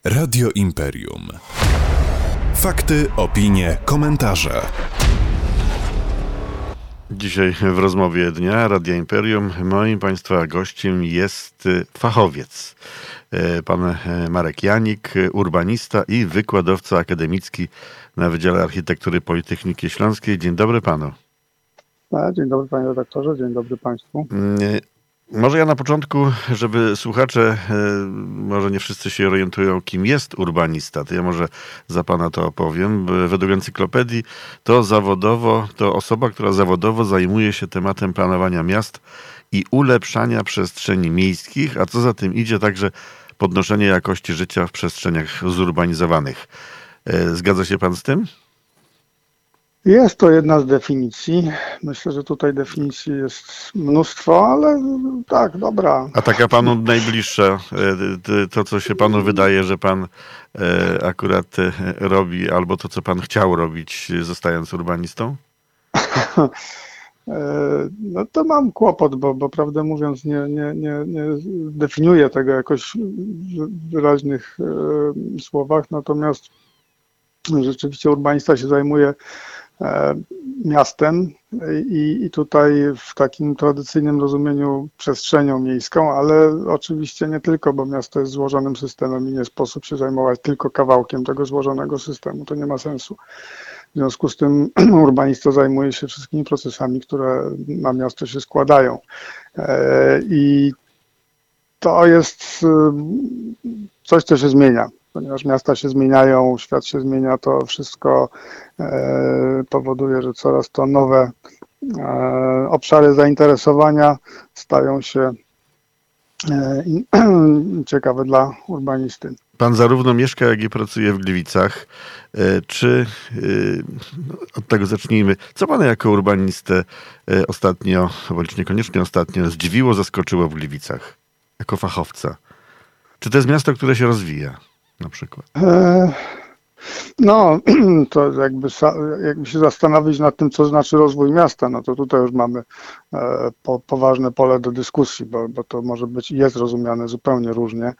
Radio Imperium. Fakty, opinie, komentarze. Dzisiaj w rozmowie dnia Radia Imperium moim Państwa gościem jest fachowiec. Pan Marek Janik, urbanista i wykładowca akademicki na Wydziale Architektury Politechniki Śląskiej. Dzień dobry panu. Dzień dobry panie redaktorze, dzień dobry państwu. Może ja na początku, żeby słuchacze, może nie wszyscy się orientują, kim jest urbanista, to ja może za pana to opowiem. Według encyklopedii to osoba, która zawodowo zajmuje się tematem planowania miast i ulepszania przestrzeni miejskich, a co za tym idzie także podnoszenie jakości życia w przestrzeniach zurbanizowanych. Zgadza się pan z tym? Jest to jedna z definicji. Myślę, że tutaj definicji jest mnóstwo, ale tak, dobra. A taka panu najbliższa, to co się panu wydaje, że pan akurat robi, albo to co pan chciał robić, zostając urbanistą? No to mam kłopot, bo prawdę mówiąc nie definiuję tego jakoś w wyraźnych słowach, natomiast rzeczywiście urbanista się zajmuje miastem i tutaj w takim tradycyjnym rozumieniu przestrzenią miejską, ale oczywiście nie tylko, bo miasto jest złożonym systemem i nie sposób się zajmować tylko kawałkiem tego złożonego systemu, to nie ma sensu. W związku z tym urbanista zajmuje się wszystkimi procesami, które na miasto się składają. I to jest coś, co się zmienia. Ponieważ miasta się zmieniają, świat się zmienia, to wszystko powoduje, że coraz to nowe obszary zainteresowania stają się ciekawe dla urbanisty. Pan zarówno mieszka, jak i pracuje w Gliwicach. Od tego zacznijmy. Co pana jako urbanistę ostatnio, bądź niekoniecznie ostatnio, zdziwiło, zaskoczyło w Gliwicach jako fachowca? Czy to jest miasto, które się rozwija? Na przykład. No, to jakby się zastanowić nad tym, co znaczy rozwój miasta, no to tutaj już mamy poważne pole do dyskusji, bo to może być i jest rozumiane zupełnie różnie.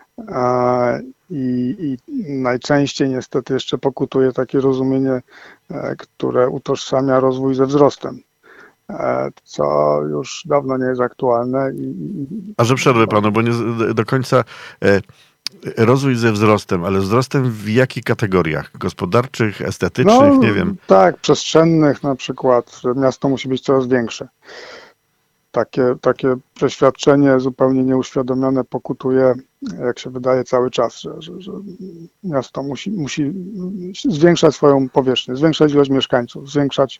I najczęściej niestety jeszcze pokutuje takie rozumienie, które utożsamia rozwój ze wzrostem, co już dawno nie jest aktualne. A że przerwę panu, bo nie do końca... Rozwój ze wzrostem, ale wzrostem w jakich kategoriach? Gospodarczych, estetycznych, nie wiem. Tak, przestrzennych na przykład, że miasto musi być coraz większe. Takie przeświadczenie zupełnie nieuświadomione pokutuje, jak się wydaje, cały czas, że miasto musi zwiększać swoją powierzchnię, zwiększać ilość mieszkańców, zwiększać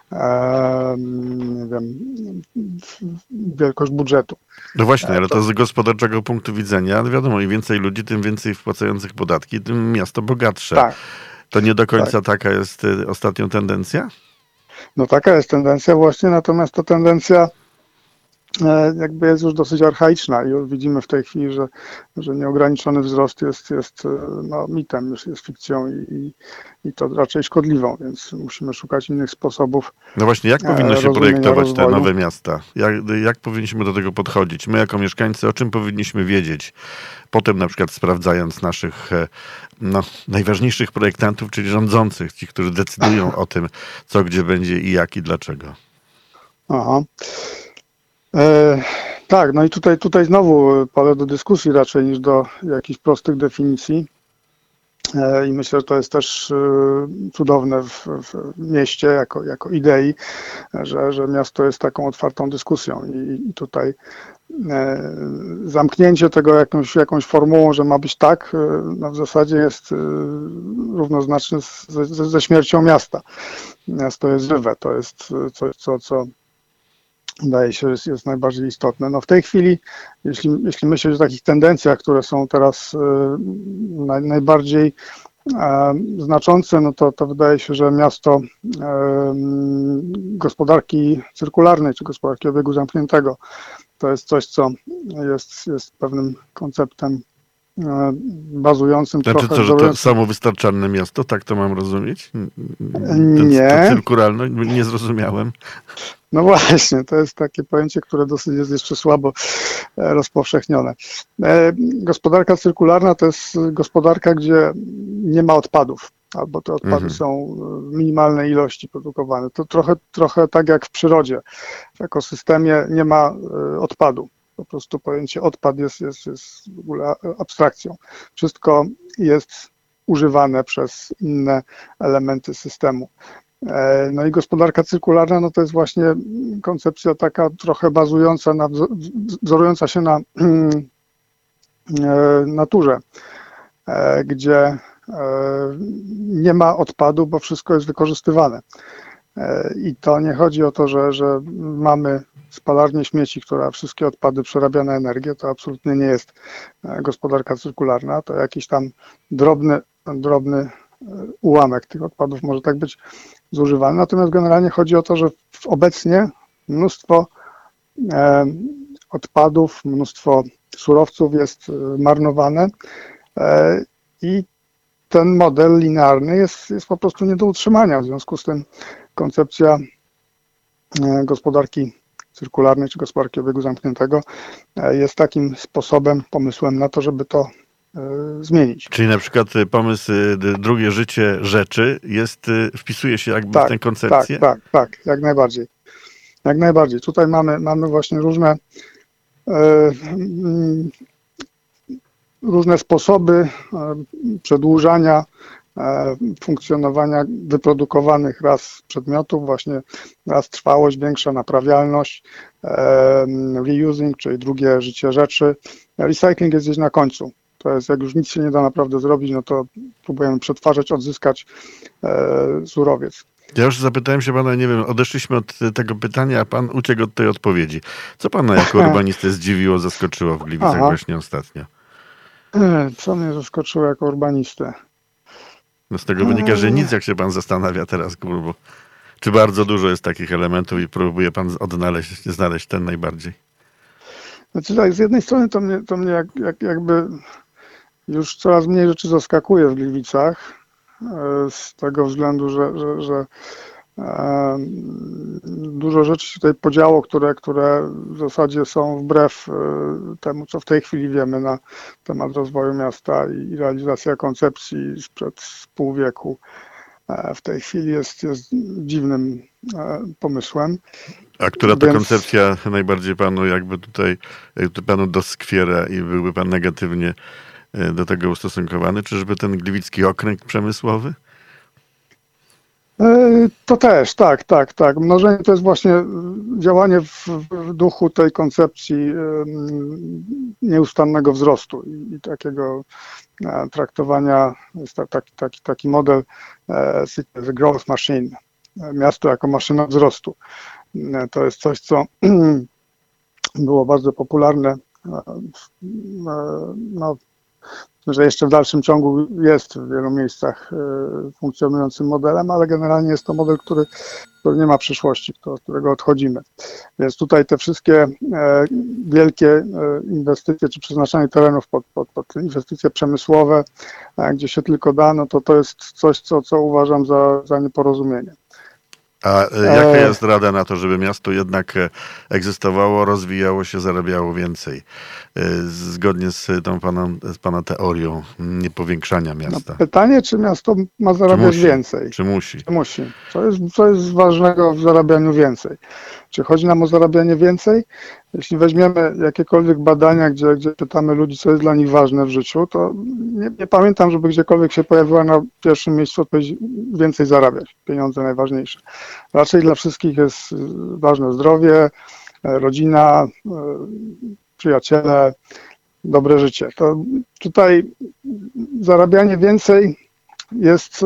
nie wiem, wielkość budżetu. No właśnie, ale to z gospodarczego punktu widzenia, wiadomo, im więcej ludzi, tym więcej wpłacających podatki, tym miasto bogatsze. Tak. To nie do końca taka jest ostatnio tendencja? No taka jest tendencja właśnie, natomiast ta tendencja jakby jest już dosyć archaiczna i już widzimy w tej chwili, że nieograniczony wzrost jest mitem, jest fikcją i to raczej szkodliwą, więc musimy szukać innych sposobów. No właśnie, jak powinno się projektować rozwoju. te nowe miasta? Jak powinniśmy do tego podchodzić? My jako mieszkańcy, o czym powinniśmy wiedzieć? Potem na przykład sprawdzając naszych najważniejszych projektantów, czyli rządzących, ci, którzy decydują o tym, co gdzie będzie i jak i dlaczego. Aha. Tak, no i tutaj znowu pole do dyskusji raczej niż do jakichś prostych definicji. I myślę, że to jest też cudowne w mieście jako idei, że miasto jest taką otwartą dyskusją i tutaj zamknięcie tego jakąś formułą, że ma być tak, no w zasadzie jest równoznaczne ze śmiercią miasta. Miasto jest żywe, to jest coś, co wydaje się, że jest najbardziej istotne. No w tej chwili, jeśli myśleć o takich tendencjach, które są teraz najbardziej znaczące, no to wydaje się, że miasto gospodarki cyrkularnej czy gospodarki obiegu zamkniętego to jest coś, co jest pewnym konceptem bazującym Znaczy trochę... to, że to samowystarczalne miasto, tak to mam rozumieć? Nie. To cyrkularność? Nie zrozumiałem. No właśnie, to jest takie pojęcie, które dosyć jest jeszcze słabo rozpowszechnione. Gospodarka cyrkularna to jest gospodarka, gdzie nie ma odpadów, albo te odpady są w minimalnej ilości produkowane. To trochę tak jak w przyrodzie. W ekosystemie nie ma odpadu. Po prostu pojęcie odpad jest w ogóle abstrakcją. Wszystko jest używane przez inne elementy systemu. No i gospodarka cyrkularna, no to jest właśnie koncepcja taka trochę bazująca wzorująca się na naturze, gdzie nie ma odpadu, bo wszystko jest wykorzystywane. I to nie chodzi o to, że mamy spalarnię śmieci, która wszystkie odpady przerabia na energię. To absolutnie nie jest gospodarka cyrkularna. To jakiś tam drobny ułamek tych odpadów może tak być zużywany. Natomiast generalnie chodzi o to, że obecnie mnóstwo odpadów, mnóstwo surowców jest marnowane i ten model linearny jest po prostu nie do utrzymania. W związku z tym koncepcja gospodarki cyrkularnej czy gospodarki obiegu zamkniętego jest takim sposobem, pomysłem na to, żeby to zmienić. Czyli na przykład pomysł drugie życie rzeczy wpisuje się jakby w tę koncepcję? Tak, jak najbardziej. Jak najbardziej. Tutaj mamy właśnie różne sposoby przedłużania funkcjonowania wyprodukowanych raz przedmiotów, właśnie raz trwałość, większa naprawialność, reusing, czyli drugie życie rzeczy. Recycling jest gdzieś na końcu. To jest, jak już nic się nie da naprawdę zrobić, no to próbujemy przetwarzać, odzyskać surowiec. Ja już zapytałem się pana, nie wiem, odeszliśmy od tego pytania, a pan uciekł od tej odpowiedzi. Co pana jako urbanistę zdziwiło, zaskoczyło w Gliwicach właśnie ostatnio? Co mnie zaskoczyło jako urbanistę? No z tego wynika, że nic, jak się pan zastanawia teraz, bo czy bardzo dużo jest takich elementów i próbuje pan znaleźć ten najbardziej? Znaczy tak, z jednej strony to mnie jakby już coraz mniej rzeczy zaskakuje w Gliwicach, z tego względu, że dużo rzeczy się tutaj podziało, które w zasadzie są wbrew temu, co w tej chwili wiemy na temat rozwoju miasta i realizacja koncepcji sprzed pół wieku. W tej chwili jest dziwnym pomysłem. A która to koncepcja najbardziej panu panu doskwiera i byłby pan negatywnie do tego ustosunkowany? Czyżby ten gliwicki okręg przemysłowy? To też, tak. Mnożenie to jest właśnie działanie w duchu tej koncepcji nieustannego wzrostu i takiego traktowania, jest taki model the growth machine, miasto jako maszyna wzrostu. To jest coś, co było bardzo popularne, że jeszcze w dalszym ciągu jest w wielu miejscach funkcjonującym modelem, ale generalnie jest to model, który nie ma przyszłości, od którego odchodzimy. Więc tutaj te wszystkie wielkie inwestycje, czy przeznaczanie terenów pod inwestycje przemysłowe, gdzie się tylko da, no to jest coś, co uważam za nieporozumienie. A jaka jest rada na to, żeby miasto jednak egzystowało, rozwijało się, zarabiało więcej? Zgodnie z pana teorią niepowiększania miasta. No, pytanie, czy miasto ma zarabiać więcej? Czy musi? Czy musi? Co jest ważnego w zarabianiu więcej? Czy chodzi nam o zarabianie więcej? Jeśli weźmiemy jakiekolwiek badania, gdzie pytamy ludzi, co jest dla nich ważne w życiu, to nie pamiętam, żeby gdziekolwiek się pojawiła na pierwszym miejscu odpowiedź więcej zarabiać. Pieniądze najważniejsze. Raczej dla wszystkich jest ważne zdrowie, rodzina, przyjaciele, dobre życie. To tutaj zarabianie więcej jest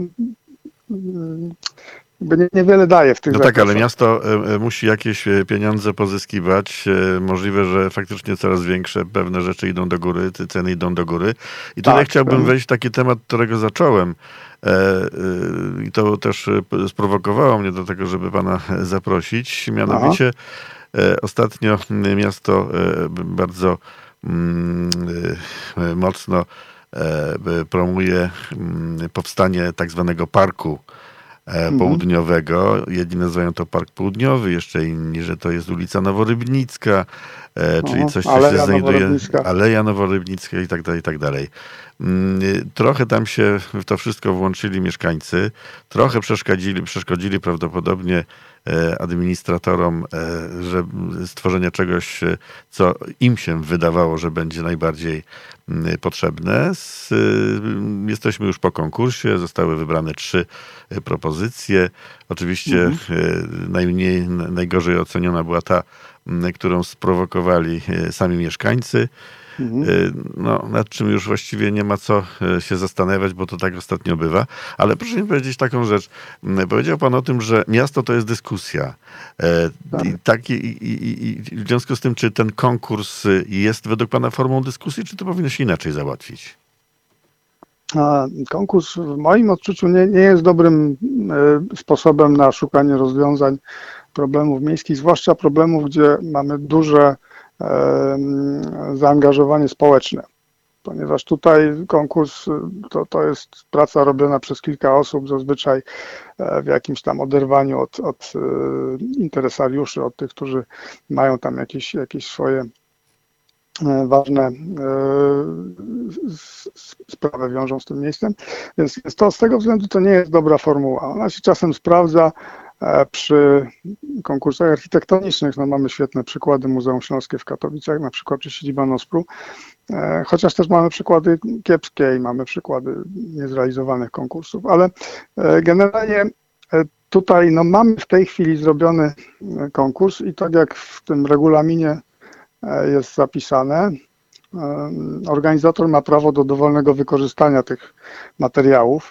niewiele daje w tych zakresach. Tak, ale miasto musi jakieś pieniądze pozyskiwać. Możliwe, że faktycznie coraz większe pewne rzeczy idą do góry, te ceny idą do góry. I tutaj chciałbym wejść w taki temat, którego zacząłem. I to też sprowokowało mnie do tego, żeby pana zaprosić. Mianowicie ostatnio miasto bardzo mocno promuje powstanie tak zwanego parku południowego. Jedni nazywają to Park Południowy, jeszcze inni, że to jest ulica Noworybnicka, czyli coś, co się znajduje, Aleja Noworybnicka i tak dalej, i tak dalej. Trochę tam się w to wszystko włączyli mieszkańcy, trochę przeszkodzili prawdopodobnie administratorom, że stworzenia czegoś, co im się wydawało, że będzie najbardziej potrzebne. Jesteśmy już po konkursie, zostały wybrane 3 propozycje. Oczywiście najgorzej oceniona była ta, którą sprowokowali sami mieszkańcy. No, nad czym już właściwie nie ma co się zastanawiać, bo to tak ostatnio bywa. Ale proszę mi powiedzieć taką rzecz. Powiedział pan o tym, że miasto to jest dyskusja. I w związku z tym, czy ten konkurs jest według pana formą dyskusji, czy to powinno się inaczej załatwić? Konkurs w moim odczuciu nie jest dobrym sposobem na szukanie rozwiązań problemów miejskich, zwłaszcza problemów, gdzie mamy duże zaangażowanie społeczne, ponieważ tutaj konkurs to jest praca robiona przez kilka osób, zazwyczaj w jakimś tam oderwaniu od interesariuszy, od tych, którzy mają tam jakieś swoje ważne sprawy wiążą z tym miejscem, więc to z tego względu to nie jest dobra formuła. Ona się czasem sprawdza przy konkursach architektonicznych. No, mamy świetne przykłady, Muzeum Śląskie w Katowicach, na przykład czy siedziba NOSPR-u, chociaż też mamy przykłady kiepskie i mamy przykłady niezrealizowanych konkursów, ale generalnie tutaj no, mamy w tej chwili zrobiony konkurs i tak jak w tym regulaminie jest zapisane, organizator ma prawo do dowolnego wykorzystania tych materiałów,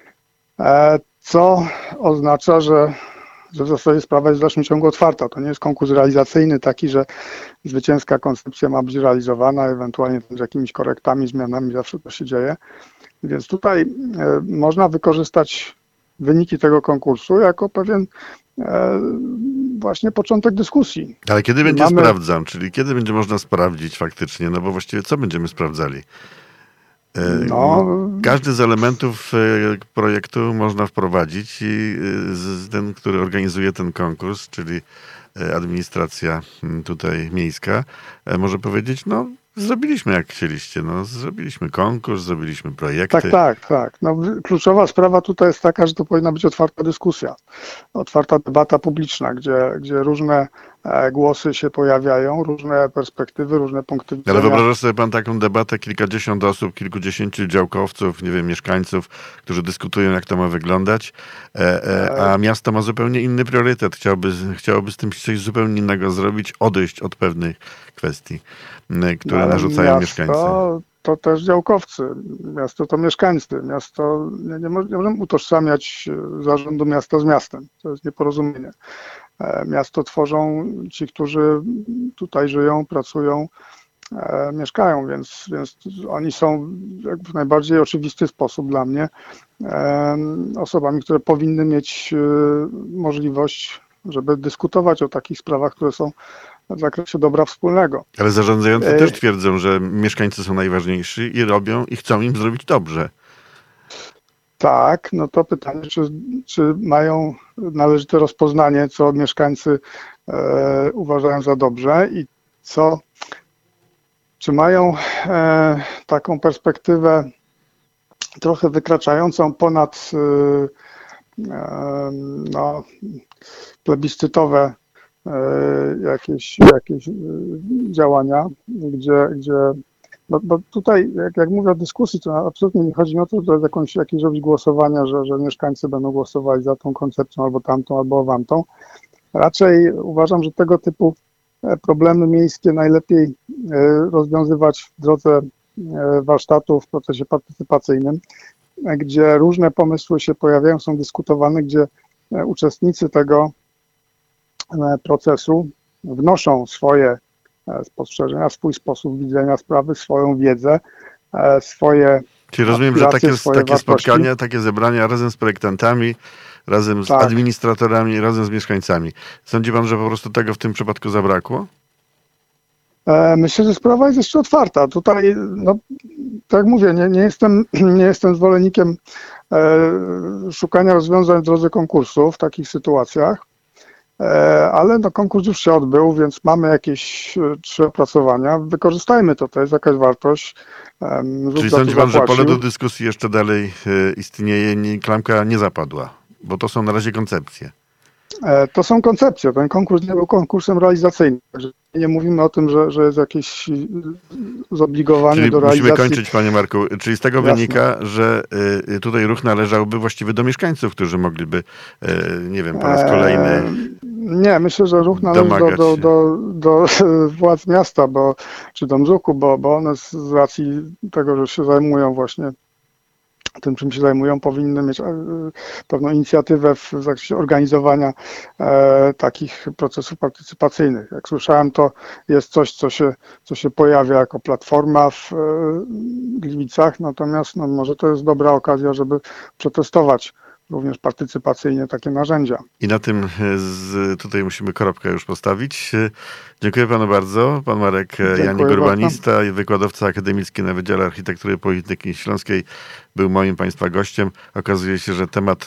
co oznacza, że w zasadzie sprawa jest w dalszym ciągu otwarta. To nie jest konkurs realizacyjny taki, że zwycięska koncepcja ma być realizowana, ewentualnie z jakimiś korektami, zmianami, zawsze to się dzieje. Więc tutaj można wykorzystać wyniki tego konkursu jako pewien właśnie początek dyskusji. Ale kiedy będzie sprawdzam, czyli kiedy będzie można sprawdzić faktycznie, no bo właściwie co będziemy sprawdzali? No, każdy z elementów projektu można wprowadzić i ten, który organizuje ten konkurs, czyli administracja tutaj miejska, może powiedzieć, no zrobiliśmy jak chcieliście, no zrobiliśmy konkurs, zrobiliśmy projekty. Tak. No, kluczowa sprawa tutaj jest taka, że to powinna być otwarta dyskusja, otwarta debata publiczna, gdzie różne głosy się pojawiają, różne perspektywy, różne punkty widzenia. Ale wyobrażasz sobie pan taką debatę, kilkadziesiąt osób, kilkudziesięciu działkowców, nie wiem, mieszkańców, którzy dyskutują, jak to ma wyglądać, a miasto ma zupełnie inny priorytet. Chciałoby z tym coś zupełnie innego zrobić, odejść od pewnych kwestii, które narzucają mieszkańcy. To też działkowcy, miasto to mieszkańcy. Miasto nie możemy utożsamiać zarządu miasta z miastem. To jest nieporozumienie. Miasto tworzą ci, którzy tutaj żyją, pracują, mieszkają, więc oni są w najbardziej oczywisty sposób dla mnie osobami, które powinny mieć możliwość, żeby dyskutować o takich sprawach, które są w zakresie dobra wspólnego. Ale zarządzający też twierdzą, że mieszkańcy są najważniejsi i robią i chcą im zrobić dobrze. Tak, no to pytanie, czy mają należyte rozpoznanie, co mieszkańcy uważają za dobrze i czy mają taką perspektywę trochę wykraczającą ponad no, plebiscytowe jakieś działania, gdzie bo tutaj, jak mówię o dyskusji, to absolutnie nie chodzi o to, że jakieś robić głosowania, że mieszkańcy będą głosowali za tą koncepcją albo tamtą, albo wamtą. Raczej uważam, że tego typu problemy miejskie najlepiej rozwiązywać w drodze warsztatów w procesie partycypacyjnym, gdzie różne pomysły się pojawiają, są dyskutowane, gdzie uczestnicy tego procesu wnoszą swoje spostrzeżenia, swój sposób widzenia sprawy, swoją wiedzę, swoje. Czyli rozumiem, że takie spotkania, takie zebrania razem z projektantami, razem z administratorami, razem z mieszkańcami. Sądzi pan, że po prostu tego w tym przypadku zabrakło? Myślę, że sprawa jest jeszcze otwarta. Tutaj, no, tak jak mówię, nie jestem zwolennikiem szukania rozwiązań w drodze konkursu w takich sytuacjach, ale no, konkurs już się odbył, więc mamy jakieś 3 opracowania. Wykorzystajmy to jest jakaś wartość. Czyli sądzi pan, że pole do dyskusji jeszcze dalej istnieje, klamka nie zapadła, bo to są na razie koncepcje. To są koncepcje. Ten konkurs nie był konkursem realizacyjnym. Także nie mówimy o tym, że jest jakieś zobligowanie Czyli do realizacji. musimy kończyć, panie Marku. Czyli z tego wynika, że tutaj ruch należałby właściwie do mieszkańców, którzy mogliby, nie wiem, po raz kolejny Nie, myślę, że ruch należy do władz miasta, czy do MŻUK-u, bo one z racji tego, że się zajmują właśnie tym, czym się zajmują, powinny mieć pewną inicjatywę w zakresie organizowania takich procesów partycypacyjnych. Jak słyszałem, to jest coś, co się pojawia jako platforma w Gliwicach, natomiast no, może to jest dobra okazja, żeby przetestować również partycypacyjnie takie narzędzia. I na tym tutaj musimy kropkę już postawić. Dziękuję panu bardzo. Pan Marek Janik, urbanista i wykładowca akademicki na Wydziale Architektury Politechniki Śląskiej, był moim państwa gościem. Okazuje się, że temat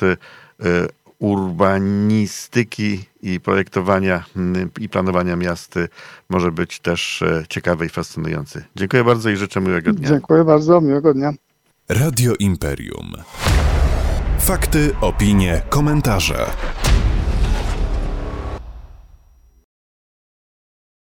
urbanistyki i projektowania i planowania miast może być też ciekawy i fascynujący. Dziękuję bardzo i życzę miłego dnia. Dziękuję bardzo, miłego dnia. Radio Imperium. Fakty, opinie, komentarze.